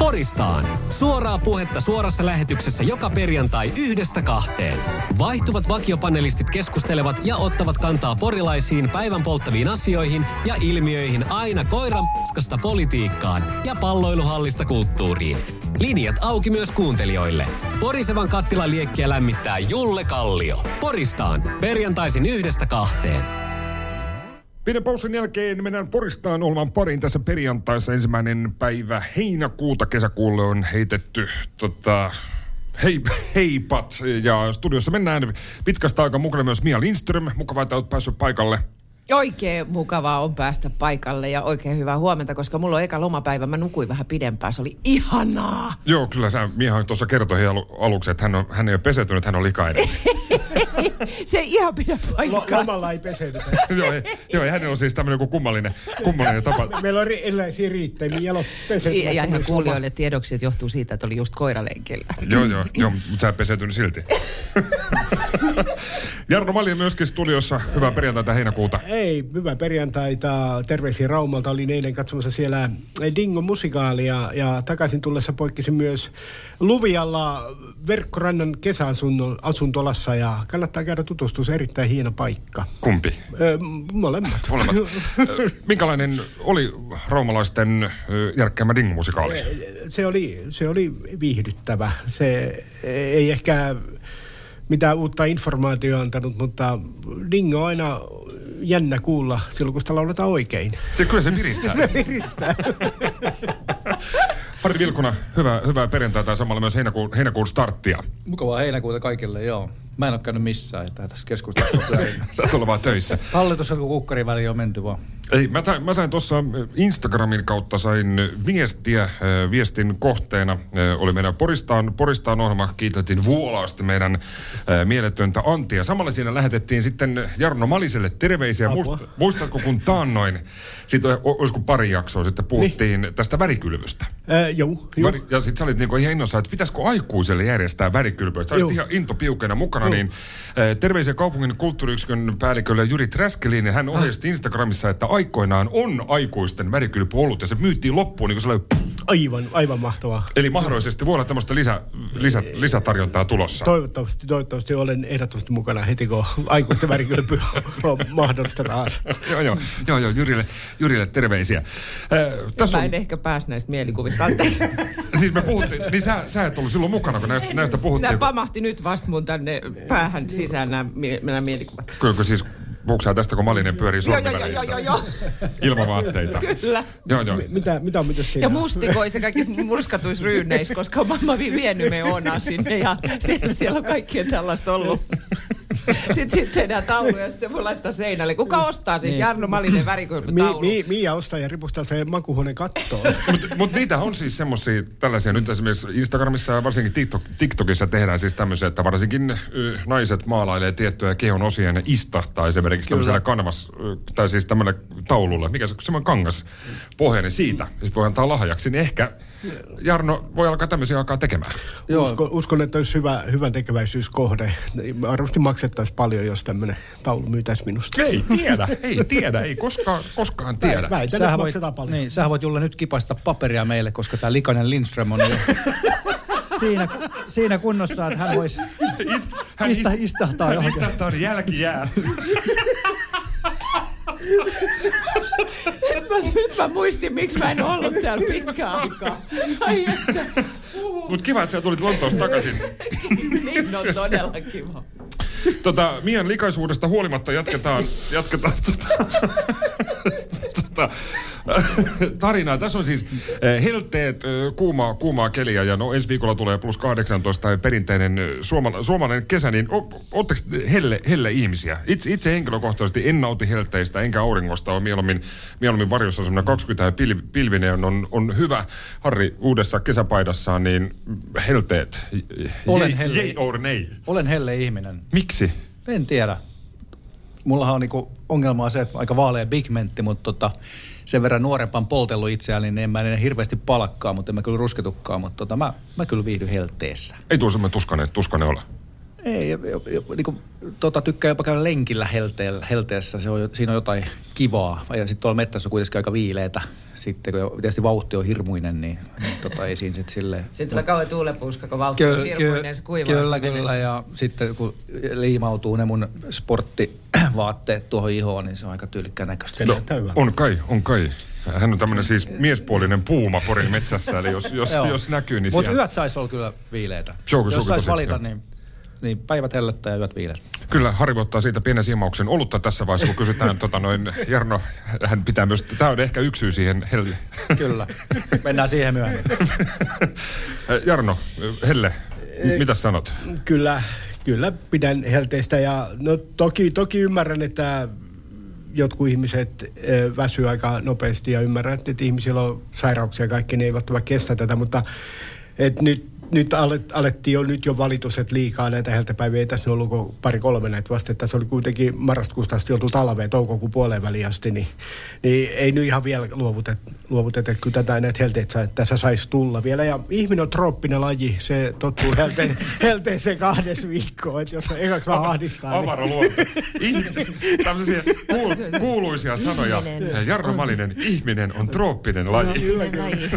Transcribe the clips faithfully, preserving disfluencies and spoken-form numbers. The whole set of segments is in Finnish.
Poristaan. Suoraa puhetta suorassa lähetyksessä joka perjantai yhdestä kahteen. Vaihtuvat vakiopanelistit keskustelevat ja ottavat kantaa porilaisiin päivän polttaviin asioihin ja ilmiöihin aina koiran p***skasta politiikkaan ja palloiluhallista kulttuuriin. Linjat auki myös kuuntelijoille. Porisevan kattilan liekkiä lämmittää Julle Kallio. Poristaan. Perjantaisin yhdestä kahteen. Pienen pausin jälkeen mennään Poristaan olemaan pariin tässä perjantaissa. Ensimmäinen päivä heinäkuuta. Kesäkuulle on heitetty tota, hei, heipat. Ja studiossa mennään pitkästä aikaa mukana myös Mia Lindström. Mukavaa, että olet päässyt paikalle. Oikein mukavaa on päästä paikalle ja oikein hyvää huomenta, koska mulla on eka lomapäivä. Mä nukuin vähän pidempään. Se oli ihanaa. Joo, kyllä sä Mia tuossa kertoi alu, aluksi, että hän, on, hän ei ole pesetynyt, hän on likainen. Se ei ihan pidä paikkaa. Lomalla ei pesetytä. joo, joo, ja hänellä on siis tämmöinen kuin kummallinen, kummallinen tapa. Meillä on erilaisia riittejä, niin jalo pesetytä. Ja ihan kuulijoille tiedoksi, että johtuu siitä, että oli just koiralenkillä. joo, joo, joo, mutta sä et pesetynyt silti. Jarno Malja myöskin studiossa. Hyvää perjantaita heinäkuuta. Ei, hyvää perjantaita. Terveisiä Raumalta. Olin eilen katsomassa siellä Dingon musikaalia ja takaisin tullessa poikkisin myös Luvialla Verkkorannan kesäasuntolassa ja kannattaa käydä tutustua. Se erittäin hieno paikka. Kumpi? Öö, molemmat. Molemmat. Minkälainen oli raumalaisten järkkäämä Dingo-musikaali? Se oli, se oli viihdyttävä. Se ei ehkä mitään uutta informaatiota antanut, mutta Dingo on aina jännä kuulla silloin, kun sitä lauletaan oikein. Se kyllä se viristää. Se viristää. Harri Vilkuna, hyvää, hyvää perjantaita ja samalla myös heinäkuun, heinäkuun starttia. Mukavaa heinäkuuta kaikille, joo. Mä en ole käynyt missään, että tässä keskustelussa on Sä et ole vaan töissä. Hallitus on kukkarin väliin on menty vaan. Ei, mä, sain, mä sain tuossa Instagramin kautta sain viestiä. Viestin kohteena oli meidän Poristaan, Poristaan ohjelma. Kiiteltiin vuolaasti meidän mieletöntä Antia. Samalla siinä lähetettiin sitten Jarno Maliselle terveisiä. Muist, muistatko kun taannoin, siitä olisiko pari jaksoa sitten puhuttiin niin tästä värikylvystä? Äh, joo, joo. Väri, ja sitten sä olit niinku ihan innossa, että pitäisikö aikuiselle järjestää värikylpyä. Sä olisit ihan intopiukena mukana. Niin, äh, terveisiä kaupungin kulttuuriyksikön päällikölle Jyri Träskelin. Hän ohjeisti Instagramissa, että aikoinaan on aikuisten värikylpy ollut ja se myyttiin loppuun niin kuin sellainen... Aivan, aivan mahtavaa. Eli mahdollisesti voi olla tämmöistä lisä, lisä, lisätarjontaa tulossa. Toivottavasti, toivottavasti olen ehdottomasti mukana heti, kun aikuisten värikylpy on mahdollista taas. joo, joo, joo, joo Jyrille, Jyrille terveisiä. Äh, tässä mä en on... ehkä pääs näistä mielikuvista. siis me puhuttiin, niin sä, sä et ollut silloin mukana, kun näistä, näistä puhuttiin. Nämä pamahti nyt vasta mun tänne päähän sisään nämä, nämä mielikuvat. Kyllä, siis... Puhuuko tästä, kun Malinen pyörii sormivälissä? Joo, joo, joo, joo. Ilman vaatteita. Kyllä. Joo, joo. Mitä, mitä on mitäs siinä? Ja mustikoissa kaikki murskatuissa ryynneissä, koska mä vienyt me Oonaa sinne ja siellä, siellä on kaikkien tällaista ollut. Sitten, sitten tehdään tauluja ja sitten se voi laittaa seinälle. Kuka ostaa siis niin. Jarno Malinen värikylpytaulu? Mi, mi, Mia ostaa ja ripustaa sen makuuhuoneen kattoon. Mutta mut niitä on siis semmosia tällaisia, nyt esimerkiksi Instagramissa ja varsinkin TikTok, TikTokissa tehdään siis tämmöisiä, että varsinkin y, naiset maalailee tiettyjä kehon osia ja istahtaa esimerkiksi tämmöisellä kanvas, tai siis tämmöllä taululla, mikä se on semmoinen kangas pohjainen siitä, ja sitten voi antaa lahjaksi, niin ehkä Jarno voi alkaa tämmöisiä alkaa tekemään. Uskon, uskon, että olisi hyvä, hyvän tekeväisyyskohde. Varmasti maksettaisiin paljon, jos tämmöinen taulu myytäisi minusta. Ei tiedä, ei tiedä, ei koskaan, koskaan tiedä. Väitän, että maksetaan paljon. Niin, sähän voit Julle nyt kipaista paperia meille, koska tämä likainen Lindström on jo siinä, siinä kunnossa, että hän voisi Ist, hän ista, ist, istahtaa hän johonkin. istahtaa, niin jälki jää. Mä, nyt mä muistin, miksi mä en ollut täällä pitkään aikaa. Ai että. Mut kiva, että sä tulit Lontoosta takaisin. Niin on todella kiva. Tota, Mian likaisuudesta huolimatta jatketaan, jatketaan tota, tota, tarinaa. Tässä on siis eh, helteet, eh, kuumaa, kuumaa keliä ja no ensi viikolla tulee plus kahdeksantoista perinteinen suoma, suomalainen kesä, niin ootteko helle, helle ihmisiä? Itse, itse henkilökohtaisesti en nauti helteistä enkä auringosta, on mieluummin, mieluummin varjossa semmoinen kaksikymmentä ja pilv, pilvinen on, on hyvä. Harri uudessa kesäpaidassaan, niin helteet, Olen helle. Jei or nei? Olen helle ihminen. Miksi? En tiedä. Mullahan on niinku ongelmaa se, että aika vaalea pigmentti, mutta tota, sen verran nuorempaan poltellut itseään, niin en mä en hirveästi palkkaa, mutta en mä kyllä rusketukkaan, mutta tota, mä, mä kyllä viihdyn helteessä. Ei tuo semmoinen tuskainen, tuskainen ole. Ei, jo, jo, niin kuin, tota, tykkää jopa käydä lenkillä helteellä, helteessä, se on, siinä on jotain kivaa. Ja sitten tuolla mettässä on kuitenkin aika viileetä. Sitten kun tietysti vauhti on hirmuinen, niin, niin tota, ei siinä sitten silleen... Sitten tulee kauhean tuulepuuska, kun vauhti on hirmuinen, se kuivaa. Kyllä, kyllä. Ja sitten kun liimautuu ne mun sporttivaatteet tuohon ihoon, niin se on aika tyylikkään näköistä. No, on kai, on kai. Hän on tämmöinen siis miespuolinen puuma Porin metsässä, eli jos, jos, jos näkyy, niin Mutta siellä... yöt saisi olla kyllä viileitä. Show, jos saisi valita, jo. niin, niin päivät hellettä ja yöt viileät. Kyllä, Harri ottaa siitä pienen siimauksen olutta tässä vaiheessa, kun kysytään, tota noin, Jarno, hän pitää myös, tämä on ehkä yksi syy siihen helle. Kyllä, mennään siihen myöhemmin. Jarno, helle, mitä sanot? Kyllä, kyllä pidän helteistä ja no toki, toki ymmärrän, että jotkut ihmiset väsyy aika nopeasti ja ymmärrän, että ihmisillä on sairauksia ja kaikki, ne eivät voi kestä tätä, mutta et nyt, nyt alettiin jo, nyt jo valitus, että liikaa näitä heltepäiviä, ei tässä ollut kuin pari kolme näitä vasta, että tässä oli kuitenkin marraskuusta asti oltu talveen toukokuun puoleen väliin asti, niin, niin ei nyt ihan vielä luovuteta, luovuteta että kyllä tätä näitä helteitä tässä saisi tulla vielä. Ja ihminen on trooppinen laji, se tottuu helte, helteeseen kahdessa viikkoon, että jos ekaksi vaan ahdistaa. Niin. Avaraluonto. Tämmöisiä kuul, kuuluisia sanoja. Jarno Malinen, ihminen on trooppinen laji. Kyllä, laji.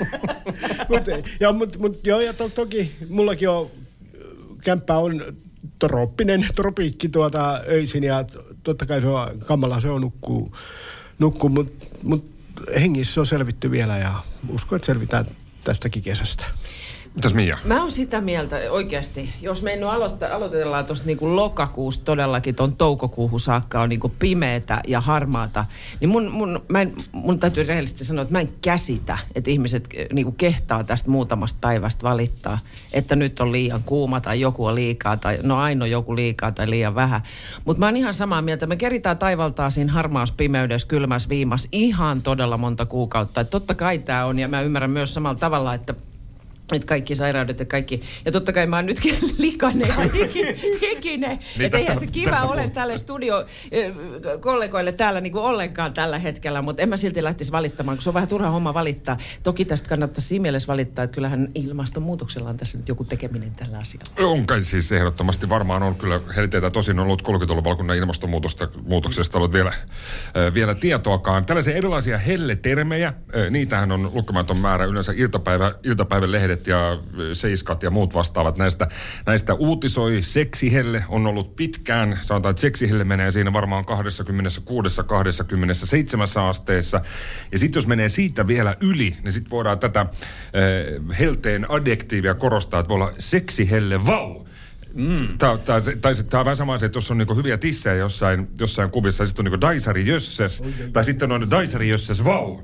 mut, ja, mut, mut, joo, ja to, toki mullakin on, kämppä on trooppinen, tropiikki tuota öisin ja totta kai se on kammalla, se on nukkuu, nukkuu mutta mut hengissä on selvitty vielä ja uskon, että selvitään tästäkin kesästä. Mitäs Mia? Mä oon sitä mieltä oikeasti, jos me nyt aloittaa, aloitellaan tuosta niinku lokakuusta todellakin ton toukokuuhun saakka on niinku pimeätä ja harmaata, niin mun, mun, mä en, mun täytyy rehellisesti sanoa, että mä en käsitä, että ihmiset niinku kehtaa tästä muutamasta päivästä valittaa, että nyt on liian kuuma tai joku on liikaa tai no aina on joku liikaa tai liian vähän. Mutta mä oon ihan samaa mieltä, me keritään taivaltaa siinä harmaassa pimeydessä, kylmässä viimassa ihan todella monta kuukautta. Et totta kai tää on ja mä ymmärrän myös samalla tavalla, että että kaikki sairaudet ja kaikki. Ja totta kai mä oon nytkin likainen ja hikinen. Niin että eihän se kiva ole tälle studiokollegoille täällä niinku ollenkaan tällä hetkellä, mutta en mä silti lähtisi valittamaan, kun se on vähän turha homma valittaa. Toki tästä kannattaisi siinä mielessä valittaa, että kyllähän ilmastonmuutoksella on tässä nyt joku tekeminen tällä asialla. On kai siis ehdottomasti varmaan on kyllä helteitä. Tosin on ollut kolmekymmentäluvun kun ilmastonmuutoksesta ollut vielä, äh, vielä tietoakaan. Tällaisia erilaisia helletermejä, äh, niitähän on lukematon määrä yleensä iltapäivä, iltapäivän lehdet ja seiskat ja muut vastaavat näistä, näistä uutisoi. Seksihelle on ollut pitkään. Sanotaan, että seksihelle menee siinä varmaan kaksikymmentäkuusi kaksikymmentäseitsemän asteessa. Ja sitten jos menee siitä vielä yli, niin sitten voidaan tätä äh, helteen adjektiivia korostaa, että voi olla seksihelle vau. Mm. Tämä, tämä, tämä, tämä on vähän sama se, että jos on niin hyviä tissejä jossain, jossain kuvissa, ja sitten on niin daisari jösses, tai sitten on daisari jösses vau.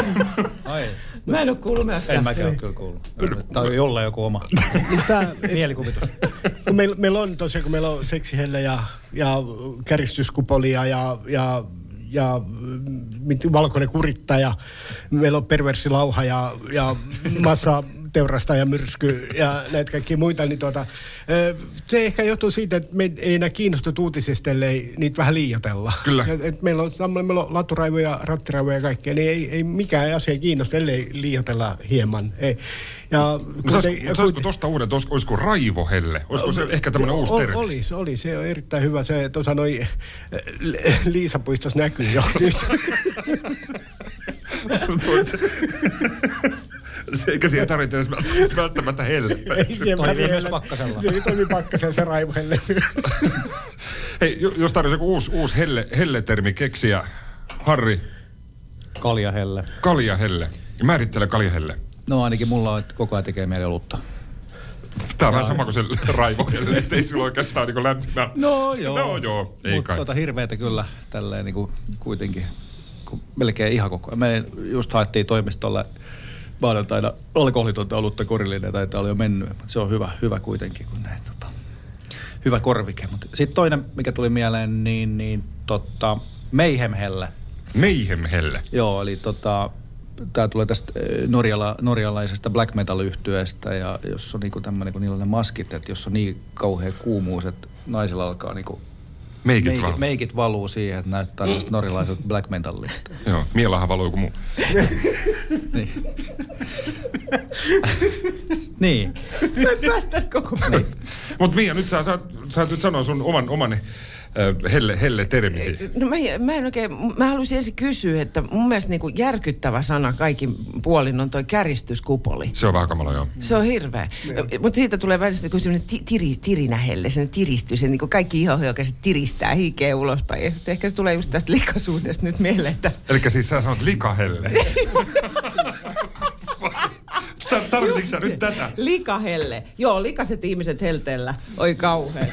Ai. Mä en ole kuullut myöskään. En mäkään ole kyllä kuullut. Tai on jollain joku oma mielikuvitus. Kun meillä, meillä on tosiaan, kun meillä on seksihelle ja, ja käristyskupolia ja, ja, ja valkoinen kurittaja, meillä on perversilauha ja, ja massa teurastaja myrsky ja näitä kaikkia muita, niin tuota, se ehkä johtuu siitä, että me ei enää kiinnosta uutisista, ellei niitä vähän liioitella. Kyllä. Et meillä on, meillä on laturaivoja, rattiraivoja ja kaikkea, niin ei, ei mikään asia kiinnosta, ellei liioitella hieman. Ei. Ja no saisiko, saisiko tuosta uudet, olisiko, olisiko raivohelle? Olisiko se ehkä tämmöinen uusi termi? Olisi, olisi. Se on erittäin hyvä. Se tuossa noi Liisapuistossa näkyy jo nyt. Eikä siihen tarvitse edes välttämättä hellettä. Toimii myös pakkasella. Se toimii pakkasella, se raivohelle. Hei, jos tarvitsisi joku uusi, uusi helle, helle-termi keksiä. Harri. Kaljahelle. Kaljahelle. Määrittele kaljahelle. No ainakin mulla on, että koko ajan tekee mieli olutta. Tämä on vähän sama kuin se raivohelle, ettei sillä oikeastaan niin lämpimää. No joo. No joo, ei Mutta kai. tota hirveätä kyllä tälleen niin kuin kuitenkin, kun melkein ihan koko ajan. Me just haettiin toimistolle maanantaina alkoholitonta olutta korillinen, taitaa olla jo mennyt, mutta se on hyvä, hyvä kuitenkin, kun näin, tota, hyvä korvike. Sitten toinen, mikä tuli mieleen, niin, niin tota, Mayhem-helle. Mayhem-helle? Joo, eli tota, tämä tulee tästä norjala, norjalaisesta black metal-yhtyeestä, ja jos on niinku tämmöinen, kun niillä on ne maskit, että jos on niin kauhea kuumuus, että naisilla alkaa niinku Meikit, meikit, valuu. meikit valuu siihen, että näyttää tästä norjalaiselta black metalista. Joo, mielahan valuu joku muu. Niin. niin. Mä en päästä tästä koko päivä. Niin. Mutta Mia, nyt sä saat, saat nyt sanoa sun oman, oman äh, helle, helle termisi. No mä, mä en oikein, mä haluaisin ensin kysyä, että mun mielestä niinku järkyttävä sana kaikin puolin on toi käristyskupoli. Se on vähän kamala, joo. Se on hirveä. Mutta siitä tulee välistä kuin semmoinen tiri, tirinähelle, semmoinen tiristys. Ja niinku kaikki ihohyökäiset tiristää hikeä ulospäin. Ehkä se tulee just tästä likaisuudesta nyt mieleen, että... Elikkä siis sä sanot likahelle. Tarvititko sä nyt tätä? Likahelle. Joo, likaset ihmiset helteellä. Oi kauhean.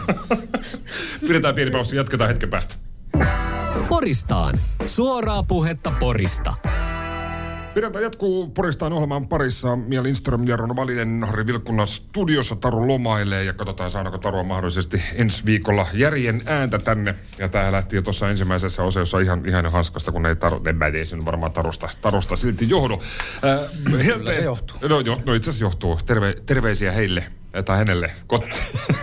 Pidetään pieni paussi, jatketaan hetken päästä. Poristaan. Suoraa puhetta Porista. Pidetään jatkuu Poristaan ohjelman parissa. Mia Lindström ja Rono Valinen, Harri Vilkkunnan studiossa. Taru lomailee ja katsotaan saadaanko Tarua mahdollisesti ensi viikolla järjen ääntä tänne. Ja tämähän lähti jo tuossa ensimmäisessä osiossa ihan, ihan hanskasta, kun ei Taru, en mä ei sen varmaan Tarusta, Tarusta silti johdu. Äh, Kyllä se johtuu. No, jo, no itse asiassa johtuu. Terve, terveisiä heille tai hänelle kotiin.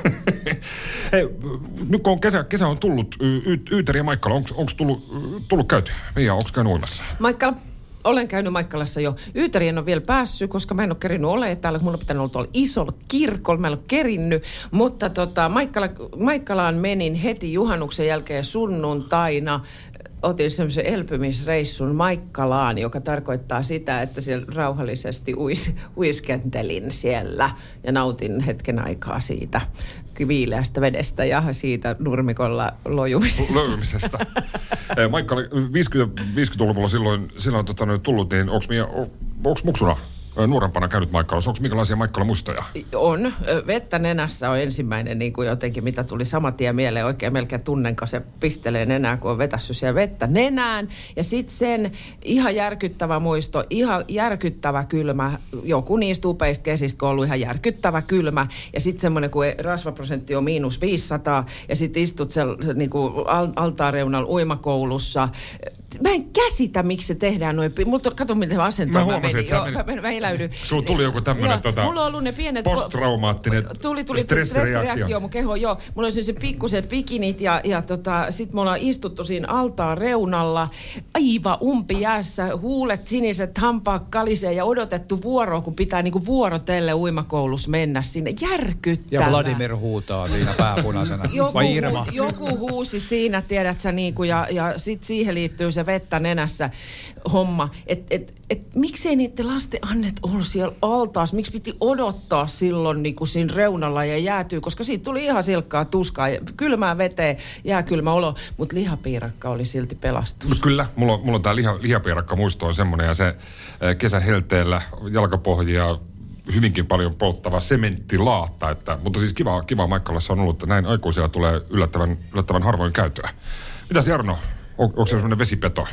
Hei, nyt kun on kesä, kesä on tullut, y- Yyteri ja Maikkala, onko tullut, tullut käyty? Mia, onko käynyt uimassa? Maikkala. Olen käynyt Maikkalassa jo. Yyteri en ole vielä päässyt, koska mä en ole kerinnyt olemaan täällä. Mulla on pitänyt olla tuolla isolla kirkolla. Mä en ole kerinnyt. Mutta tota, Maikkala, Maikkalaan menin heti juhannuksen jälkeen sunnuntaina. Otin semmoisen elpymisreissun Maikkalaan, joka tarkoittaa sitä, että siellä rauhallisesti uis, uiskentelin siellä ja nautin hetken aikaa siitä viileästä vedestä ja siitä nurmikolla lojumisesta. Lojumisesta. Maikkala, viisikymmentäluvulla silloin, silloin tota, tullut, niin onko muksuna nuorempana käynyt Maikkalassa? Onko minkälaisia Maikkala muistoja? On. Vettä nenässä on ensimmäinen niin kuin jotenkin, mitä tuli saman tien mieleen. Oikein melkein tunnenko se pistelee nenää, kun on vetässyt siellä vettä nenään. Ja sitten sen ihan järkyttävä muisto, ihan järkyttävä kylmä. Joku niistä upeista kesistä, kun on ollut ihan järkyttävä kylmä. Ja sitten semmoinen, kun rasvaprosentti on miinus viisisataa. Ja sitten istut siellä niin kuin altaarreunalla uimakoulussa. Mä en käsitä, miksi se tehdään noin. Mutta kato, miten se asentoon. Mä huomasin, että mä, mä, mä eläydyn. Sulla tuli joku tämmöinen tota, mulla on ollut ne pienet posttraumaattinen tuli, tuli stressireaktio. stressireaktio mun keho, joo. Mulla on se pikkuset bikinit ja, ja tota, sit me ollaan istuttu siinä altaan reunalla aivan umpijäässä, huulet siniset, hampaat kalisee ja odotettu vuoroa, kun pitää niinku vuorotelle uimakoulussa mennä sinne. Järkyttävää. Ja Vladimir huutaa siinä pääpunaisena. Joku, Vai Irma? Joku huusi siinä, tiedät sä, niinku, ja, ja sit siihen liittyy se vettä nenässä homma. Että et, et, miksei niiden lasten annet olla siellä altaassa? Miksi piti odottaa silloin niin kuin siinä reunalla ja jäätyy? Koska siitä tuli ihan silkkaa tuskaa, kylmää veteen, jääkylmä olo, mutta lihapiirakka oli silti pelastus. Kyllä, mulla on, mulla on tää liha, lihapiirakka muisto on semmoinen ja se kesähelteellä jalkapohjia hyvinkin paljon polttava sementtilaatta, että, mutta siis kiva, kiva Maikkalassa on ollut, että näin aikuisilla tulee yllättävän, yllättävän harvoin käytyä. Mitäs Jarno, on, onko se semmoinen vesipeto?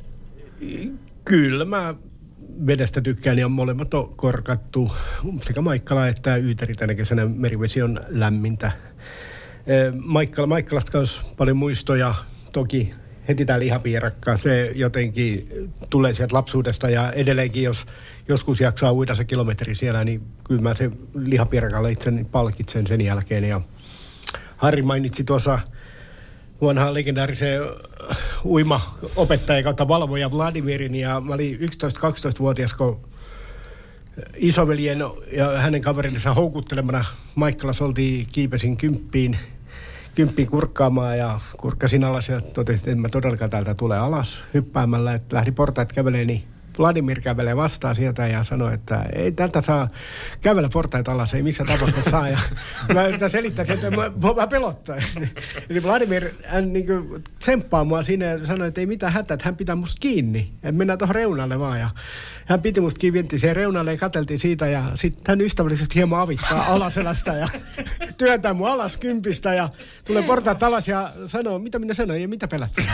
Kyllä, mä vedestä tykkään ja molemmat on korkattu. Sekä Maikkala että Yyteri tänä kesänä merivesi on lämmintä. Maikkala, Maikkalasta kanssa paljon muistoja. Toki heti tää lihapiirakka, se jotenkin tulee sieltä lapsuudesta ja edelleenkin, jos joskus jaksaa uida se kilometri siellä, niin kyllä mä se lihapiirakalla itseni palkitsen sen jälkeen. Ja Harri mainitsi tuossa vanha legendaarisen uima-opettaja kautta valvoja Vladimirin, ja mä olin yksitoista-kaksitoista-vuotias, kun isoveljen ja hänen kaverinsa houkuttelemana Maikkalassa oltiin, kiipesin kymppiin, kymppiin kurkkaamaan ja kurkkasin alas ja totesin, että en mä todellakaan täältä tule alas hyppäämällä, että lähdin portaat kävelemään, niin Vladimir kävelee vastaan sieltä ja sanoi, että ei tältä saa kävellä portaita alas, ei missään tapauksessa saa. Ja mä yritän selittää sen, että mä, mä pelottaa. Eli Vladimir, hän niin kuin tsemppaa mua siinä ja sanoi, että ei mitään hätää, että hän pitää musta kiinni. Että mennään tuohon reunalle vaan. Ja hän piti musta kiinni, vientiin siihen reunalle ja katseltiin siitä. Ja sitten hän ystävällisesti hieman avittaa alaselästä ja työntää mun alas kympistä. Ja tulee portaat alas ja sanoo, mitä minä sanoin ja mitä pelättiin.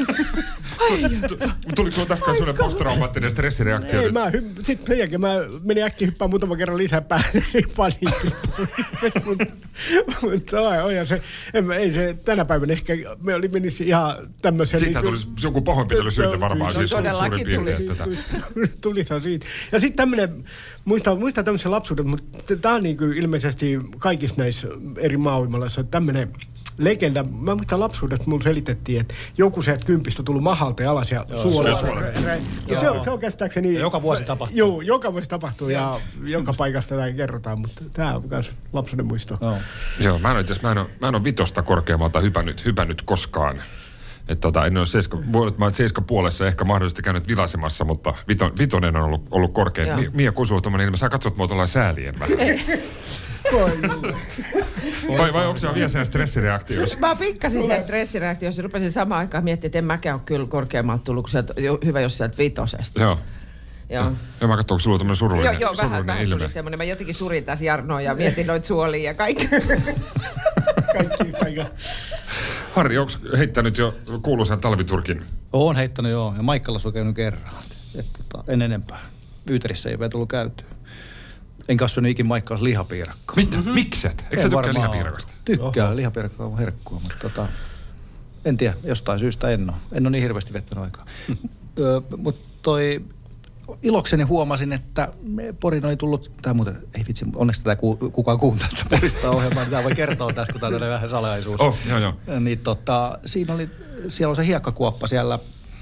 Tuliko sinulla tässä sellainen posttraumaattinen stressireaktio? Ei, mä hy- sitten sen jälkeen mä menin äkkiä hyppään muutaman kerran lisää päälle siinä paniikista. Mutta oi, se, ei se tänä päivänä ehkä, me oli menisi ihan tämmöisen... Siitä niin, tulisi joku pahoinpitelysyytä varmaan, siis suurin piirtein tätä. Tuli se siitä. Ja sitten tämmöinen, muistan, muistan tämmöisen lapsuuden, mutta tämä on niin kuin ilmeisesti kaikissa näissä eri maa-uimaloissa, tämmöinen legenda. Mä muistan lapsuudesta, mulla selitettiin, että joku sieltä kympistä tullut mahalta ja alas ja suola. Se on, se on käsittääkseni... Ja joka vuosi tapahtuu. Joo, joka vuosi tapahtuu ja joka paikasta tätä kerrotaan, mutta tämä on myös lapsuuden muisto. Joo, Joo mä, en ole, mä, en ole, mä en ole vitosta korkeammalta hypännyt, hypännyt koskaan. Että tota, en ole seiska, voi olla, että seiska puolessa ehkä mahdollisesti käynyt vilasemassa, mutta vito, vitonen on ollut, ollut korkein. Mi, Mia Kusu, tommoinen ilme, sä katsot mua tuollain säälien vähän. vai, vai onko se vielä siellä stressireaktiossa? Mä oon pikkasin siellä stressireaktiossa ja rupesin samaan aikaan miettimään, että en mäkään ole kyllä korkeammalta tullut, sieltä, hyvä jos sieltä vitosesta. Joo. Joo. Ja mä katson, onko sulla tämmöinen surullinen, joo, joo, surullinen vähän, vähän ilme. tuli semmoinen. Mä jotenkin surin tässä Jarnoa ja mietin noita suolia ja kaikki. Kaikki paikka. Harri, onko heittänyt jo kuuluisan talviturkin? Oon heittänyt joo, ja Maikkalassa on käynyt kerran. Et, tota, en enempää. Yyterissä ei vielä tullut käytyä. En kasvanut ikin Maikkalassa lihapiirakkoa. Mitä? Mm-hmm. Mikset? Eikö sä tykkää lihapiirakosta? Tykkää, Oho. Lihapiirakko on herkkua, mutta tota, en tiedä, jostain syystä en ole. En ole niin hirveästi vettänyt aikaa. Mutta toi... Ilokseni huomasin, että Porin oli tullut, tämä muuten, ei vitsi, onneksi tätä kukaan kuuntelee, että Porista ohjelmaa, tämä voi kertoa tässä, kun tämä on vähän salaisuus. Oh, joo, joo. Niin tota, siinä oli, siellä on se hiekkakuoppa siellä,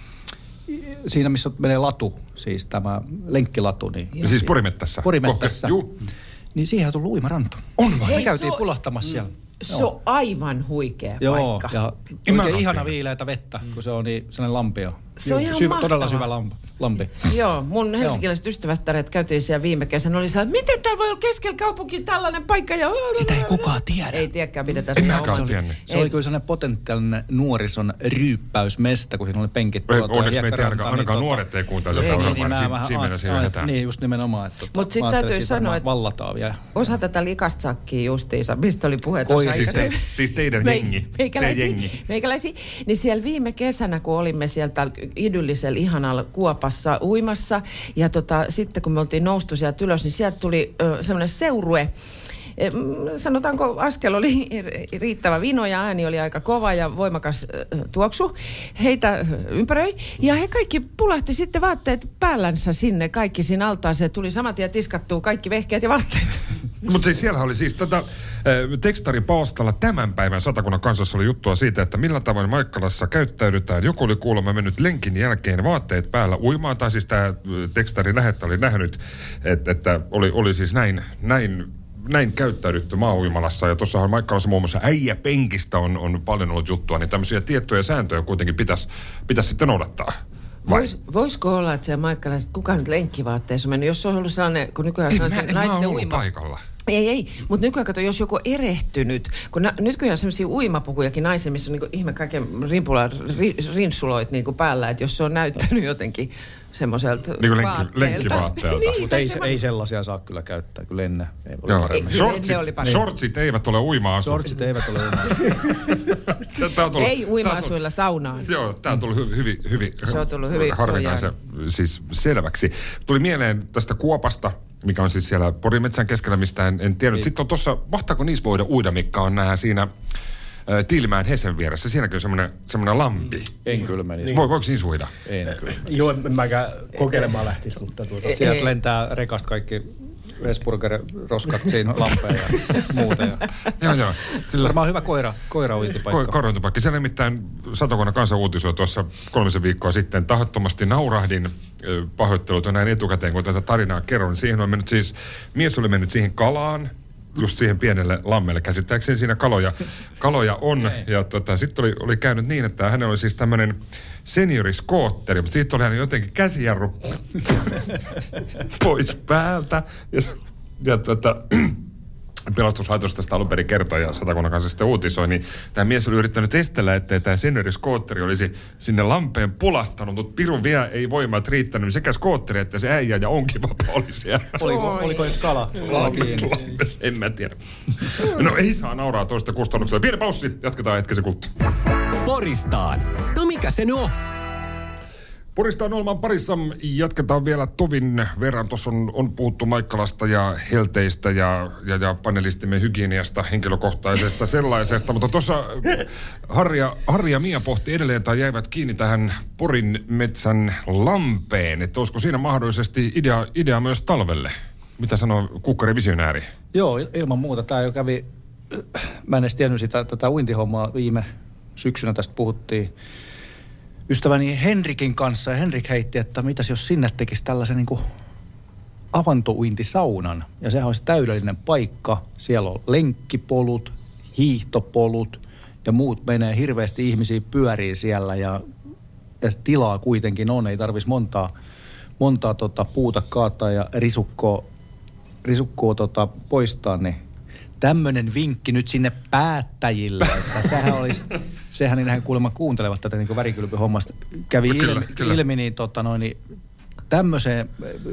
siinä missä menee latu, siis tämä lenkkilatu. Niin, ja siis Porimettässä? Porimettässä. Niin siihen on tullut uimaranto. On vai? Me käytiin so, pulahtamassa siellä. Se on aivan huikea Joo, paikka. Ja oikein ihana viileätä vettä, kun se on niin sellainen lampio. Se on ihan syvä, mahtava. Todella syvä lampi. lampi. Joo, mun helsinkiläiset ystävästäret käytiin siellä viime kesänä. Oli sanoa, että miten täällä voi olla keskellä kaupunkiin tällainen paikka. Ja... Sitä ei kukaan tiedä. Ei tiedäkään, pidetään en sitä mäkään oman. Se oli kyllä sellainen potentiaalinen nuorison ryyppäysmesta, kun siinä oli penkit. Onneksi meitä ainakaan, ainakaan niin, nuoret ei kuuntele tätä ohjelmaa, niin siinä, siinä mennä siihen hätään. Niin, just nimenomaan. Että, mutta sitten täytyy sanoa, että vallataan vielä. Osa tätä likasta sakkia justiinsa, mistä oli puhe tuossa. Siis, te, siis teidän jengi. Meikäläisiä. Meikäläisiä. Niin siellä viime kesänä, kun olimme sieltä idyllisellä ihanalla kuopassa uimassa, ja tota, sitten kun me oltiin noustu sieltä ylös, niin sieltä tuli ö, semmoinen seurue. E, sanotaanko, askel oli riittävä vino ja ääni oli aika kova ja voimakas ö, tuoksu. Heitä ympäröi ja he kaikki pulahti sitten vaatteet päällänsä sinne, kaikki siinä altaaseen. Tuli saman tien tiskattua kaikki vehkeet ja vaatteet. Mutta siis siellä oli siis tätä tekstaripalstalla tämän päivän Satakunnan Kansassa oli juttua siitä, että millä tavoin Maikkalassa käyttäydytään. Joku oli kuulemma mennyt lenkin jälkeen vaatteet päällä uimaan, tai siis tämä tekstarin lähettä oli nähnyt, että, että oli, oli siis näin, näin, näin käyttäydytty maa-uimalassa. Ja tuossahan Maikkalassa muun muassa äijäpenkistä on, on paljon ollut juttua, niin tämmöisiä tiettyjä sääntöjä kuitenkin pitäisi, pitäisi sitten noudattaa. Vois, voisiko olla, että siellä Maikkalaiset, kuka nyt lenkkivaatteessa on mennyt, jos on ollut sellainen, kun nykyään sellainen naisten uima. Paikalla. Ei, ei, mutta nykyään kato, jos joku erehtynyt, kun na, nykyään on sellaisia uimapukujakin naisia, missä on niinku ihme kaiken rimpula, ri, rinsuloit niinku päällä, että jos se on näyttänyt jotenkin semmoiselta niin kuin lenkki, lenkkivaatteelta. niin, mutta ei, ei sellaisia saa kyllä käyttää, kyllä ennen ei oli Joo. paremmin. Shortsit, shortsit eivät ole uima-asu. Shortsit eivät ole uima-asu. Ei uima-asuilla saunaan. Joo, tämä on tullut hyvin, hyvin, hyvin se on tullut hyvin harvinaisen siis selväksi. Tuli mieleen tästä kuopasta, mikä on siis siellä Porimetsän keskellä, mistä en, en tiennyt. Ei. Sitten on tuossa, mahtaako niissä voida uida, mikä on nämä siinä ä, Tiilimäen Hesen vieressä. Siinäkin on semmoinen, semmoinen lampi. En kyllä menisi. Niin. Voi, voiko siinä suida? En kyllä. Joo, en mäkään kokeilemaan lähtisi, mutta tuota. Sieltä lentää rekasta kaikki Hesburger-roskat siinä lampeen ja muuta. Ja. Joo, joo. Kyllä. Varmaan hyvä koira, koira-uintipaikka. Ko- koira-uintipaikka. Siellä nimittäin Satakunnan Kansan uutisoi tuossa kolmisen viikkoa sitten. Tahattomasti naurahdin pahoittelut näin etukäteen, kun tätä tarinaa kerron. Siihen on mennyt siis, mies oli mennyt siihen kalaan, just siihen pienelle lammelle. Käsittääkseni siinä kaloja, kaloja on. Ja tota, sitten oli, oli käynyt niin, että hänellä oli siis tämmöinen senioriskootteri, mutta siitä oli hän jotenkin käsijarru pois päältä. Ja, ja tota, pelastuslaitos tästä alun perin kertoi ja Satakunnan Kanssa sitten uutisoi, niin tämä mies oli yrittänyt estellä, ettei tämä senioriskootteri olisi sinne lampeen pulahtanut, mutta pirun vielä ei voimat riittänyt, niin sekä skootteri että se äijä ja onkin vapaa oli siellä. Oliko, oliko edes kala? Kala kiinni? En mä tiedä. No ei saa nauraa toista kustannuksella. Pieni paussi, jatketaan hetkisen kulttuun. Poristaan. No mikä se nyt on? Poristaan ollaan parissa. Jatketaan vielä tovin verran. Tuossa on, on puhuttu Maikkalasta ja helteistä ja, ja, ja panelistimme hygieniasta, henkilökohtaisesta sellaisesta. Mutta tuossa Harri ja, Harri ja Mia pohti edelleen tai jäivät kiinni tähän Porin metsän lampeen. Että olisiko siinä mahdollisesti idea, idea myös talvelle? Mitä sanoo Kukkari Visionääri? Joo, ilman muuta. Tämä jo kävi mä en edes tiennyt sitä tätä uintihommaa. Viime syksynä tästä puhuttiin ystäväni Henrikin kanssa. Ja Henrik heitti, että mitäs jos sinne tekisi tällaisen niin kuin avantouintisaunan. Ja sehän olisi täydellinen paikka. Siellä on lenkkipolut, hiihtopolut ja muut menee. Hirveästi ihmisiä pyörii siellä ja, ja tilaa kuitenkin on. Ei tarvitsisi montaa, montaa tota, puuta kaataa ja risukkoa, risukkoa tota, poistaa. Niin tämmöinen vinkki nyt sinne päättäjille, että sehän olisi, sehän niin hän kuulemma kuuntelevat tätä niin värikylpyhommasta. Kävi kyllä, ilmi, kyllä. ilmi, niin, tota, noin, niin tämmöiseen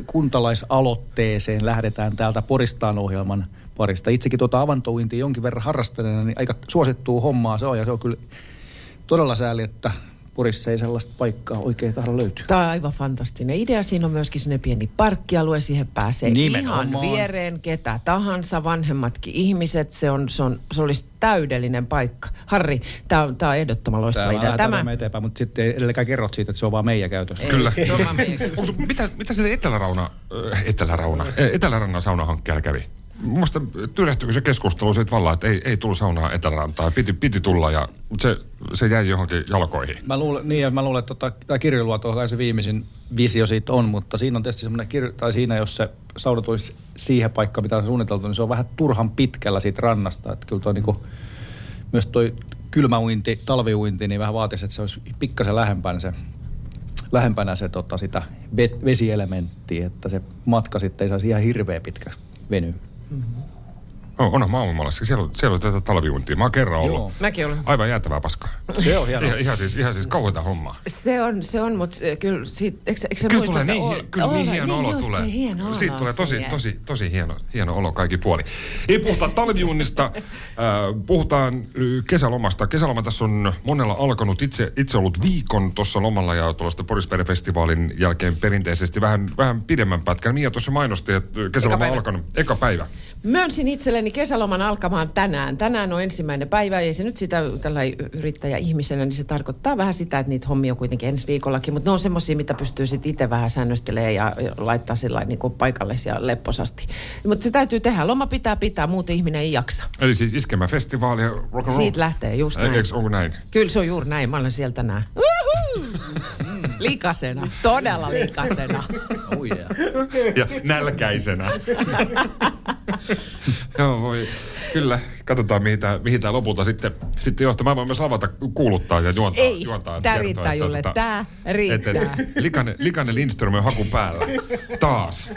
kuntalaisaloitteeseen lähdetään täältä Poristaan ohjelman parista. Itsekin tuota avantouintia jonkin verran harrastaneena, niin aika suosittua hommaa se on. Ja se on kyllä todella sääli, että Porissa ei sellaista paikkaa oikein tahdo löytyä. Tämä on aivan fantastinen idea. Siinä on myöskin sellainen pieni parkkialue. Siihen pääsee Nimenomaan. ihan viereen ketä tahansa, vanhemmatkin ihmiset. Se, on, se, on, se olisi täydellinen paikka. Harri, tämä on, tämä on ehdottoman loistava idea. Tämä on eteenpäin, mutta sitten edelläkään kerrot siitä, että se on vaan meidän käytössä. Ei, Kyllä. se on vaan meidän käytössä. Onko, mitä, mitä sille Etelärauna, äh, Etelärauna, äh, Etelärannan saunahankkeella kävi? Mun mielestä tyrehtyykö se keskustelu siitä vallaan, että ei, ei tullut saunaa Etelärantaa. Piti, piti tulla, ja se, se jäi johonkin jalkoihin. Mä luulen, niin, ja mä luulen, että tota, tämä kirjaluoto kai se viimeisin visio siitä on, mutta siinä on tietysti semmoinen kirja, tai siinä jos se sauna tulisi siihen paikkaan, mitä on suunniteltu, niin se on vähän turhan pitkällä siitä rannasta. Että kyllä toi niinku, myös toi kylmäuinti, talviuinti, niin vähän vaatisi, että se olisi pikkasen lähempänä se, lähempänä se tota, sitä vesielementtiä, että se matka sitten ei saisi ihan hirveän pitkä venyä. Mm-hmm. No, onhan Maailmanmaalassa. Siellä on, siellä on tätä talviuntia. Mä oon kerran ollut. Joo. Mäkin olen. Aivan jäätävää paskaa. Se on hienoa. Ihan, ihan siis, ihan siis kauheita hommaa. Se on, se on, mutta kyllä siitä, eikö, eikö se Kyllä muista tulee sitä niin, ol- kyllä olla, niin hieno niin olo just tulee. se hieno olo Siitä tulee tosi, siihen. tosi, tosi hieno, hieno olo kaikki puoli. Ei puhuta talviunnista, äh, puhutaan äh, kesälomasta. Kesäloma tässä on monella alkanut. Itse, itse ollut viikon tuossa lomalla ja tuollaista Porisperifestivaalin jälkeen perinteisesti vähän, vähän pidemmän pätkän. Mia tuossa mainosti, että kesäloma on alkanut. Eka päivä. Myönsin itselleni kesäloman alkamaan tänään. Tänään on ensimmäinen päivä, ja se nyt sitä tällainen yrittäjä-ihmisenä, niin se tarkoittaa vähän sitä, että niitä hommia on kuitenkin ensi viikollakin, mutta ne on semmoisia, mitä pystyy sitten itse vähän säännöstelemään ja laittaa sillä niin kuin paikallisia lepposasti. Mutta se täytyy tehdä. Loma pitää pitää, muuten ihminen ei jaksa. Eli siis iskelmäfestivaali ja rock and roll. Siitä lähtee, just näin. Eikö, onko näin? Kyllä se on juuri näin. Mä olen siellä tänään. Likasena. Todella likasena. Oh yeah. Ja nälkäisenä. Joo, voi. Kyllä. Katsotaan, mihin tämä, mihin tämä lopulta sitten, sitten johtaa. Mä voin myös avata, kuuluttaa ja juontaa. Ei, juontaa, tää kertoa, riittää että, Julle. tota, Tää riittää. Että, että Likainen, Likainen Lindström on haku päällä. Taas.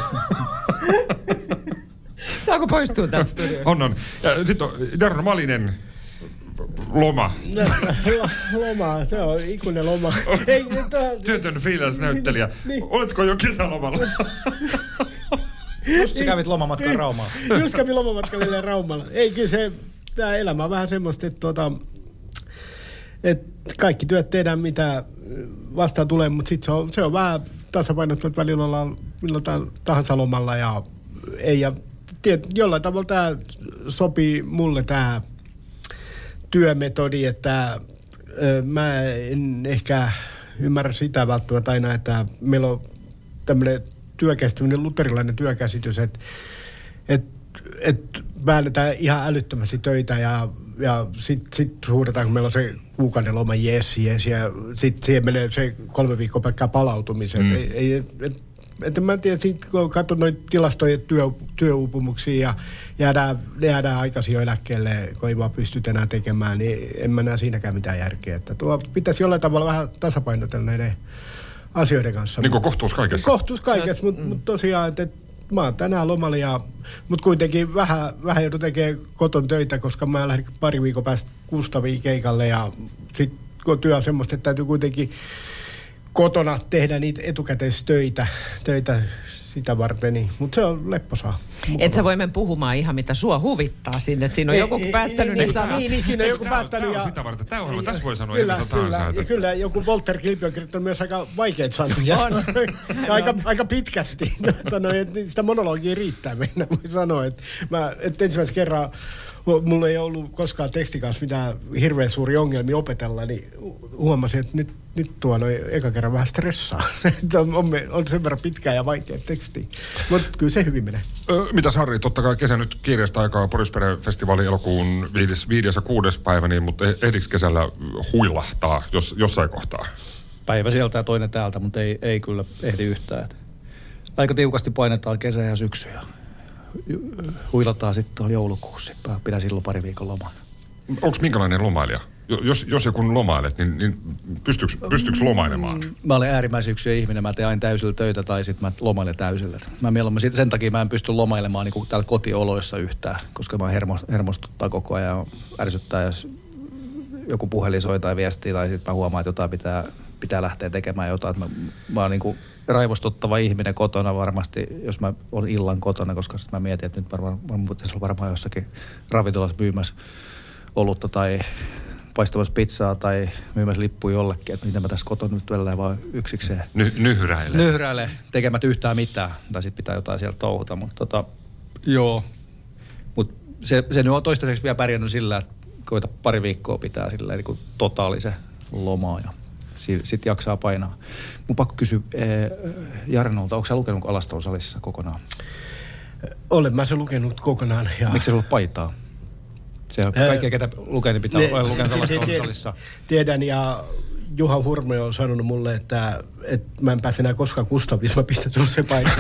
Saako poistua tästä studiosta? On, on. Ja sitten on Jarno Malinen. Loma. No, se on loma, se on ikuinen loma. Ei, to... Työtön freelance-näyttelijä. Niin. Oletko jo kesälomalla? Just sä kävit lomamatkan Raumaan. Just kävin lomamatkalle Raumalla. Ei, kyllä se, tämä elämä on vähän semmoista, että, tuota, että kaikki työt tehdään, mitä vastaan tulee, mutta sitten se on, se on vähän tasapainottu, että välillä ollaan milloin tahansa lomalla ja ei. Ja tiet, jollain tavalla tämä sopii mulle tämä työmetodi, että ö, mä en ehkä ymmärrä sitä välttämättä aina, että meillä on tämmöinen työkäsitys, luterilainen työkäsitys, että et, et väännetään ihan älyttömästi töitä ja, ja sitten sit huudetaan, kun meillä on se kuukauden loma, jes, jes, ja sitten siihen menee se kolme viikkoa pelkkää palautumiseen. Mm. Ei, ei, et, et mä en tiedä, siitä, kun katson noita tilastoja työ, työuupumuksia ja jäädään, jäädään aikaisin jo eläkkeelle, kun ei vaan pystyt enää tekemään, niin en mä näe siinäkään mitään järkeä. Että tuo pitäisi jollain tavalla vähän tasapainotella näiden asioiden kanssa. Niin kuin kohtuus kaikessa. Kohtuus kaikessa, mutta mm. mut tosiaan, että et, mä oon tänään lomalla, ja, mutta kuitenkin vähän, vähän joudun tekemään koton töitä, koska mä lähdin pari viikon päästä Kustaviin keikalle, ja sitten kun työ on semmoista, että täytyy kuitenkin kotona tehdä niitä etukäteistöitä töitä sitä varten, niin, mutta se on lepposaa. Et sä voi mennä puhumaan ihan mitä sua huvittaa sinne, että siinä on ei, joku ei, päättänyt ei, ne sanat. Niin, niin, siinä on joku Tämä on, päättänyt. tämä on ja, sitä varten. Tämä on, tässä voi sanoa kyllä, ei mitä tahansa. kyllä, Että... kyllä, joku Walter Kilpi on kirjoittanut myös aika vaikeita sanoja. On. aika, aika pitkästi. Sitä monologia riittää, mennä voi sanoa. Että mä, että ensimmäisen kerran mulla ei ollut koskaan tekstin kanssa mitään hirveän suuria ongelmia opetella, niin huomasin, että nyt, nyt tuo noin eka kerran vähän stressaa. on, on, on sen verran pitkää ja vaikea teksti. Mutta kyllä se hyvin menee. Ö, mitäs Harri, totta kai kesä nyt kiireistä aikaa Porispere-festivaali elokuun viides, viides ja kuudes päivä, niin, mutta ehdiks kesällä huilahtaa jos, jossain kohtaa? Päivä sieltä ja toinen täältä, mutta ei, ei kyllä ehdi yhtään. Aika tiukasti painetaan kesä ja syksy ja huilataan sitten tuolla joulukuussa. Pidän silloin pari viikon lomaa. Onko minkälainen lomailija? Jos, jos joku lomailet, niin, niin pystyykö, pystyykö lomailemaan? Mä olen äärimmäisen yksin ihminen. Mä teen aina täysillä töitä tai sitten mä lomailen täysillä. Mä mieluummin sen takia mä en pysty lomailemaan niin kuin täällä kotioloissa yhtään, koska mä hermostuttaa koko ajan, ärsyttää, jos joku puhelin soi tai viestii tai sitten mä huomaan, että jotain pitää, pitää lähteä tekemään jotain. Mä, mä oon niin kuin raivostuttava ihminen kotona varmasti, jos mä olen illan kotona, koska sitten mä mietin, että nyt varmaan, varmaan pitäisi olla varmaan jossakin ravintolassa myymässä olutta tai paistamassa pizzaa tai myymässä lippuja jollekin, että miten mä tässä kotona nyt välillä vaan yksikseen. Ny- nyhräile. Nyhräile, tekemät yhtään mitään. Tai sitten pitää jotain sieltä touhuta, mutta tota, joo. Mutta se, se nyt on toistaiseksi vielä pärjännyt sillä, että koita pari viikkoa pitää sillä niin kuin totaalisen lomaa ja sitten jaksaa painaa. Mun pakko kysyä ee, Jarnolta, onko sä lukenut Alastalon salissa kokonaan? Olen mä se lukenut kokonaan. Ja... Miksi se ollut paitaa? Se on kaikkea, ketä lukee, niin pitää olla lukenut Alastalon salissa. Tiedän, ja Juha Hurme on sanonut mulle, että, että mä en pääse enää koskaan Kustavissa, mä pistän sinulle se paikan.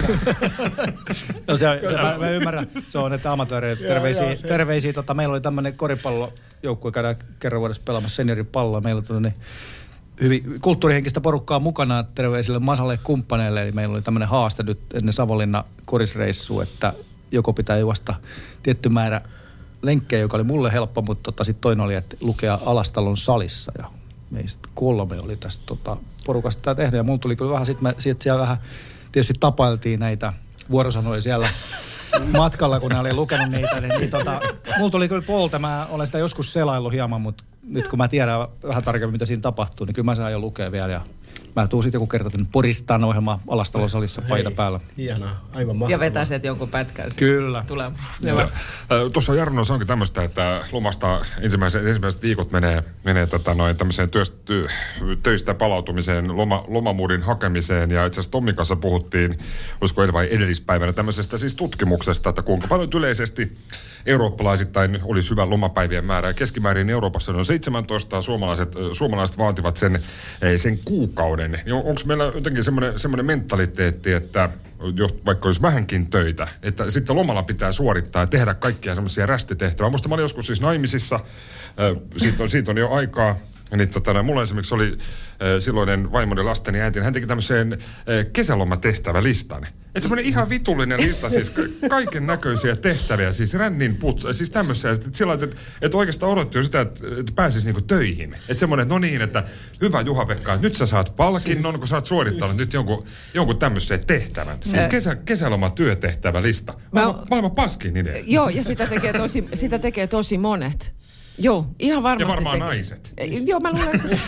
No se, se mä, mä ymmärrän, se on, että amatööreitä terveisiä. terveisiä tota, meillä oli tämmöinen koripallojoukkue, käydään kerran vuodessa pelaamassa senioripalloa. Meillä oli niin hyvin kulttuurihenkistä porukkaa mukana terveisille Masalle kumppaneille. Eli meillä oli tämmöinen haaste nyt ennen Savonlinna korisreissua, että joko pitää juosta tietty määrä lenkkejä, joka oli mulle helppo, mutta tota, sitten toinen oli, että lukea Alastalon salissa. Ja meistä kolme oli tästä tota, porukasta tämä tehnyt. Ja mulla tuli kyllä vähän, sitten sit siellä vähän tietysti tapailtiin näitä vuorosanoja siellä matkalla, kun ne oli lukenut niitä. Niin, niin, tota, mulla tuli kyllä polta. Mä olen sitä joskus selaillut hieman, mutta nyt kun mä tiedän vähän tarkemmin, mitä siinä tapahtuu, niin kyllä mä saan jo lukea vielä. Ja mä tuun sitten joku kerta tänne Poristaan ohjelmaan Alastalon salissa paita päällä. Hienoa, aivan mahtavaa. Ja vetäiset jonkun pätkän. Kyllä. Tulemaan. Tuossa Jarno sanoikin tämmöistä, että lomasta ensimmäiset, ensimmäiset viikot menee, menee tota noin tämmöiseen työstä, töistä palautumiseen, loma, lomamuudin hakemiseen. Ja itse asiassa Tommin kanssa puhuttiin, olisiko edellä vai edellispäivänä, tämmöisestä siis tutkimuksesta, että kuinka paljon yleisesti eurooppalaisittain olisi hyvä lomapäivien määrä. Keskimäärin Euroopassa on seitsemäntoista, suomalaiset, suomalaiset vaativat sen, sen kuukauden. Onko meillä jotenkin semmoinen, semmoinen mentaliteetti, että vaikka olisi vähänkin töitä, että sitten lomalla pitää suorittaa ja tehdä kaikkia semmoisia rästitehtäviä. Musta mä olin joskus siis naimisissa, siitä on, siitä on jo aikaa. Niin tota, mulla esimerkiksi oli äh, silloinen vaimoni lasteni äiti, hän teki tämmöiseen äh, kesälomatehtävälistan. Että semmoinen ihan vitullinen lista, siis ka- kaiken näköisiä tehtäviä, siis rännin putsa, siis tämmöisiä. Että sillä että, että oikeastaan odotti jo sitä, että, että pääsisi niinku töihin. Että semmoinen, että no niin, että hyvä Juha-Pekka, että nyt sä saat palkinnon, kun sä oot suorittanut nyt jonkun, jonkun tämmöisen tehtävän. Siis kesä, kesälomatyötehtävälista. Maailman, maailman paskin idea. Joo, ja sitä tekee tosi, sitä tekee tosi monet. Joo, ihan varmasti. Ja varmaan tekee. Naiset. Joo, mä luulen, että...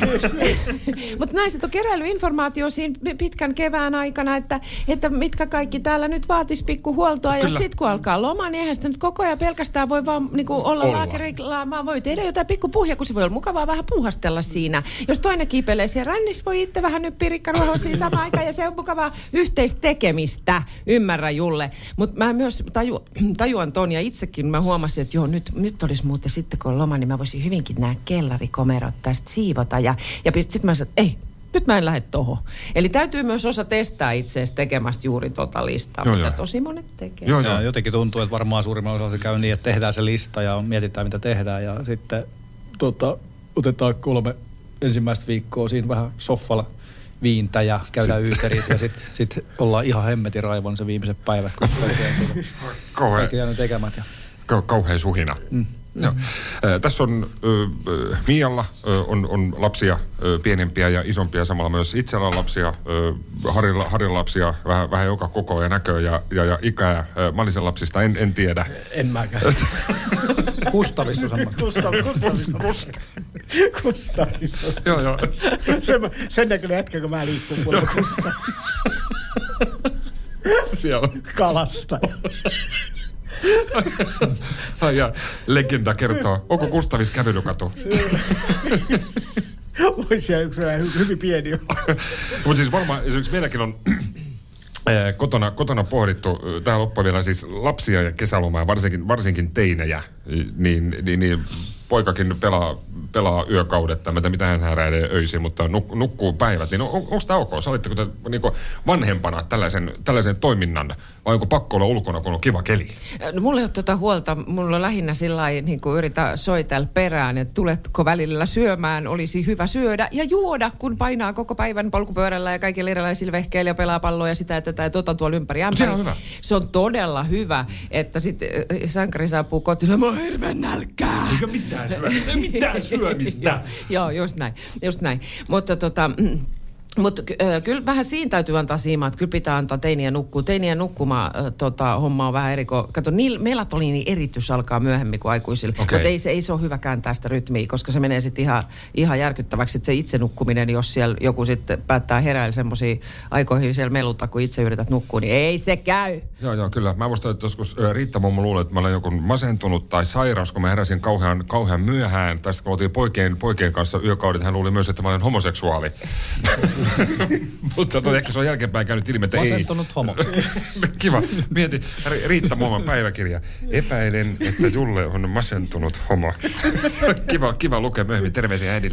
Mutta naiset on keräillyt informaatiota siinä pitkän kevään aikana, että, että mitkä kaikki täällä nyt vaatisi pikkuhuoltoa. Kyllä. Ja sitten kun alkaa loma, niin eihän sitä nyt koko ajan pelkästään voi vaan niin kuin olla, olla. laakerilla, vaan voi tehdä jotain pikkupuhja, kun se voi olla mukavaa vähän puuhastella siinä. Jos toinen kiipelee siellä rännissä, voi itse vähän nyppiä rikkaruohosia samaan aikaan, ja se on mukavaa yhteistekemistä, ymmärrä Julle. Mutta mä myös taju, tajuan ton, ja itsekin mä huomasin, että joo, nyt, nyt olisi muuten sitten, kun on loma, niin mä voisin hyvinkin nämä kellarikomerot tästä siivota. Ja, ja sitten mä sanoin, että ei, nyt mä en lähde tohon. Eli täytyy myös osa testaa itseäsi tekemästä juuri tota listaa, joo, mitä joo. tosi monet tekee. Joo, joo. Jotenkin tuntuu, että varmaan suurimman osa se käy niin, että tehdään se lista ja mietitään, mitä tehdään. Ja sitten tota, otetaan kolme ensimmäistä viikkoa siinä vähän soffalla viintä ja käydään yyterissä ja sitten sit ollaan ihan hemmetin raivon se viimeiset päivät, kun kaikki jäänyt tekemät. Ja... Kauhean suhina. Mm. Joo. Äh, tässä on äh, Mialla äh, on, on lapsia, äh, pienempiä ja isompia, samalla myös itsellä on lapsia, äh, Harilla, Harilla lapsia, vähän, vähän joka koko ja näköä ja, ja, ja ikää. Äh, Malisen lapsista en, en tiedä. En mäkään. Kustavissa on sama. Kustavissa. Kustavissa. Joo, joo. Sen, sen näköinen jätkä, kun mä liikkun puolella Kustavissa. Siellä on. Kalasta. Ja legenda kertoo, onko Kustavis kävelykatu? Voisi yksi hyvin pieni. Mutta siis varmaan esimerkiksi meilläkin on kotona, kotona pohdittu, tähän loppuun vielä siis lapsia ja kesälomaa, varsinkin, varsinkin teinejä, niin, niin, niin poikakin pelaa, pelaa yökaudet, tai mitä hän häräilee öisin, mutta nuk, nukkuu päivät. Niin on, onko tämä ok? Salitteko te niin vanhempana tällaisen, tällaisen toiminnan, vai onko pakko olla ulkona, kun on kiva keli? No, mulla ei ole tuota huolta. Mulla on lähinnä sillä lailla, niin kuin yritä soitella perään, että tuletko välillä syömään, olisi hyvä syödä ja juoda, kun painaa koko päivän polkupyörällä ja kaikilla erilaisilla vehkeillä ja pelaa palloa ja sitä ja tätä ja tota tuolla ympäri ämpäri. Se on hyvä. Se on todella hyvä, että sitten sankari saapuu kotiin, mä oon hirveän nälkää. Eikä mitään syömistä. Mitään syömistä. Joo, just näin. Just näin. Mutta tota... Mutta äh, kyllä vähän siinä täytyy antaa siimaa, että kyllä pitää antaa teiniä nukkua. Teiniä nukkuma äh, tota, homma on vähän eriko. Kato, niil, melatoniinin eritys alkaa myöhemmin kuin aikuisilla. Okay. Mutta ei, se, ei se ole hyvä kääntää sitä rytmiä, koska se menee sitten ihan, ihan järkyttäväksi. Että se itse nukkuminen, jos siellä joku sitten päättää heräillä semmoisiin aikoihin siellä meluta, kun itse yrität nukkua, niin ei se käy. Joo, joo, kyllä. Mä muistan, että joskus Riitta mummo luulee, että mä olen joku masentunut tai sairas, kun mä heräsin kauhean, kauhean myöhään. Tästä kun oltiin poikien, poikien kanssa yökaudet, hän luuli myös, että mä olen homoseksuaali. Mutta ehkä se on jälkeenpäin käynyt ilmi, että ei. Masentunut homo. Kiva. Mieti, Riitta Muoman päiväkirja. Epäilen, että Julle on masentunut homo. Kiva, kiva lukea myöhemmin. Terveisiä äidille.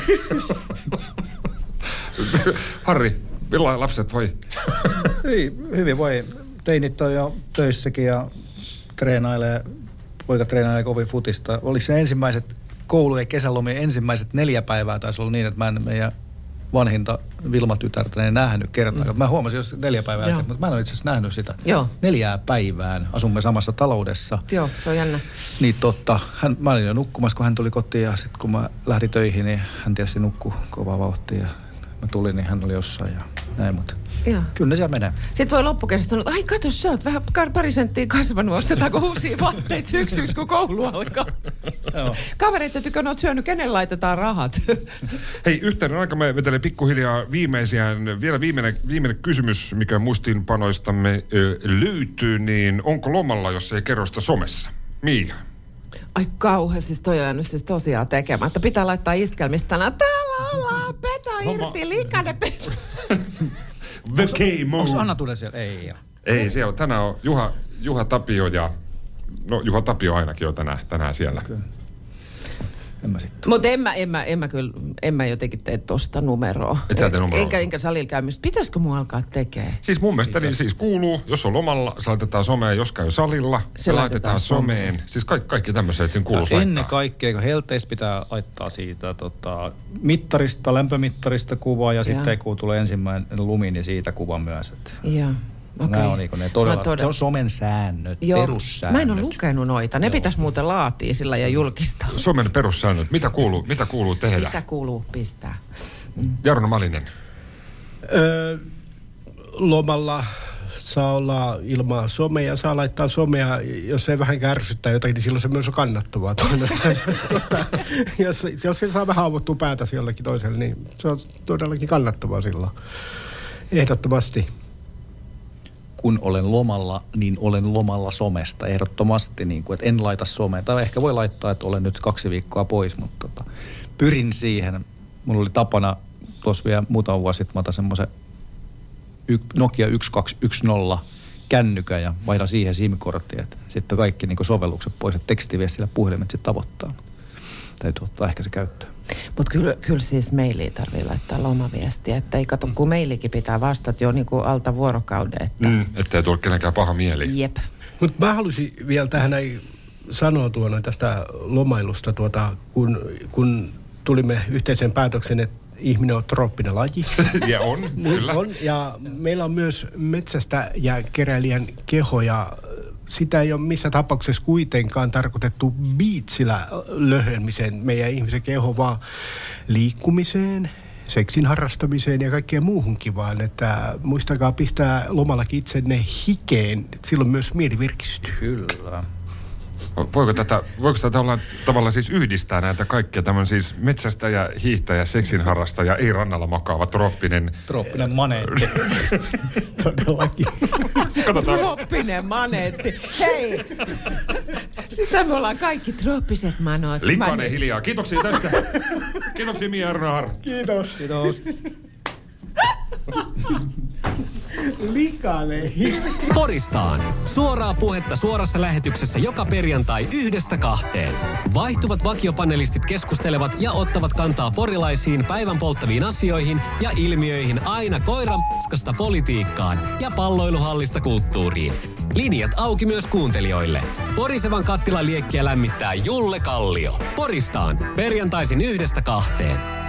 Harri, milloin lapset voi? Ei, hyvin voi. Teinit on jo töissäkin ja treenailee, poika treenailee kovin futista. Oliko se ensimmäiset koulu- ja kesälomien ensimmäiset neljä päivää taisi olla niin, että mä en meidän vanhinta Vilma-tytärtä en nähnyt kertaa. Mm. Mä huomasin jos neljä päivää, jälkeen, mutta mä en ole itse asiassa nähnyt sitä. Joo. Neljää päivään asumme samassa taloudessa. Joo, se on jännä. Niin totta. Hän, mä olin jo nukkumassa, kun hän tuli kotiin ja sitten kun mä lähdin töihin, niin hän tietysti nukkui kovaa vauhtia. Ja mä tulin, niin hän oli jossain ja näin, mutta Joo. kyllä ne siellä menee. Sitten voi loppukesästä sanoa, että ai kato, sä oot vähän pari senttiä kasvanut, ostetaanko uusia vaatteita syksyksi, kun koulu alkaa. Joo. Kavereiden tykönä oot syönyt, kenen laitetaan rahat? Hei, yhteinen aika me vetelen pikkuhiljaa viimeisiään. Vielä viimeinen, viimeinen kysymys, mikä muistiinpanoistamme ö, löytyy, niin onko lomalla, jos ei kerro sitä somessa? Miia? Ai kauhean, siis toi on jäänyt siis tosiaan tekemättä. Pitää laittaa iskelmistä tänään. Täällä ollaan, petä irti, likainen petä. The Game Onko Anna tulee siellä? Ei. Ei, siellä tänään on Juha, Juha Tapio ja... No Juha Tapio ainakin on tänään, tänään siellä. Kyllä. En mä sitten. Mutta en mä, en, mä, en mä kyllä, en mä jotenkin tee tosta numeroa. Et sä tee numeroa? Enkä, enkä salilla käymistä. Pitäisikö mun alkaa tekee? Siis mun mielestä niin siis kuuluu, jos on lomalla, se laitetaan someen, jos käy salilla, se, se laitetaan, laitetaan someen. someen. Siis kaikki, kaikki tämmöiset, että siinä kuuluisi laittaa. Ennen kaikkea, kun helteistä pitää laittaa siitä tota, mittarista, lämpömittarista kuvaa ja, ja. sitten kun tulee ensimmäinen lumi, niin siitä kuva myös. Että joo. Okay. Nämä on, niin ne todella, todella, se on somen säännöt, joo, perussäännöt. Mä en ole lukenut noita. Ne pitäisi muuten laatia sillä ja julkistaa. Somen perussäännöt. Mitä kuuluu, mitä kuuluu tehdä? Mitä kuuluu pistää? Mm. Jarno Malinen. Öö, lomalla saa olla ilman somea, saa laittaa somea, jos se vähän kärsyttää jotakin, niin silloin se myös on kannattavaa. jos, jos se saa vähän haavoittua päätä jollekin toiselle, niin se on todellakin kannattavaa silloin. Ehdottomasti. Kun olen lomalla, niin olen lomalla somesta ehdottomasti, niin kuin, että en laita somea. Tai ehkä voi laittaa, että olen nyt kaksi viikkoa pois, mutta tota, pyrin siihen. Mulla oli tapana tuossa vielä muutama vuosi sitten, mä otan semmoisen Nokia yksi kaksi yksi nolla kännykän ja vaihdan siihen SIM-korttia. Sitten kaikki niin kuin sovellukset pois, että tekstiviestillä puhelimet sitten tavoittaa. Täytyy ottaa ehkä se käyttöön. Mutta kyllä, kyllä siis mailiin tarvii laittaa lomaviestiä, että ei kato, kun mailikin pitää vastata jo niinku alta vuorokauden. Että mm, ettei tule kenenkään paha mieli. Jep. Mutta mä halusin vielä tähän näin sanoa tuona tästä lomailusta, tuota, kun, kun tulimme yhteiseen päätöksen, että ihminen on trooppinen laji. Ja on, kyllä. On, ja meillä on myös metsästä ja keräilijän keho, ja sitä ei ole missään tapauksessa kuitenkaan tarkoitettu biitsillä löhömiseen meidän ihmisen keho, vaan liikkumiseen, seksin harrastamiseen ja kaikkeen muuhun kivaan. Että muistakaa pistää lomallakin itsenne hikeen, silloin myös mieli virkistyy. Kyllä. Voiko tätä, voiko tätä olla tavallaan siis yhdistää näitä kaikkia, tämän siis metsästäjä, hiihtäjä, seksinharrastaja, ei rannalla makaava trooppinen... Trooppinen maneetti. Todellakin. Trooppinen maneetti. Hei! Sitä me ollaan kaikki trooppiset manot. Likainen hiljaa. Kiitoksia tästä. Kiitoksia Mia Ernohar. Kiitos. Kiitos. Likainen. Poristaan. Suoraa puhetta suorassa lähetyksessä joka perjantai yhdestä kahteen. Vaihtuvat vakiopanelistit keskustelevat ja ottavat kantaa porilaisiin päivän polttaviin asioihin ja ilmiöihin aina koiran p***skasta politiikkaan ja palloiluhallista kulttuuriin. Linjat auki myös kuuntelijoille. Porisevan kattilan liekkiä lämmittää Julle Kallio. Poristaan. Perjantaisin yhdestä kahteen.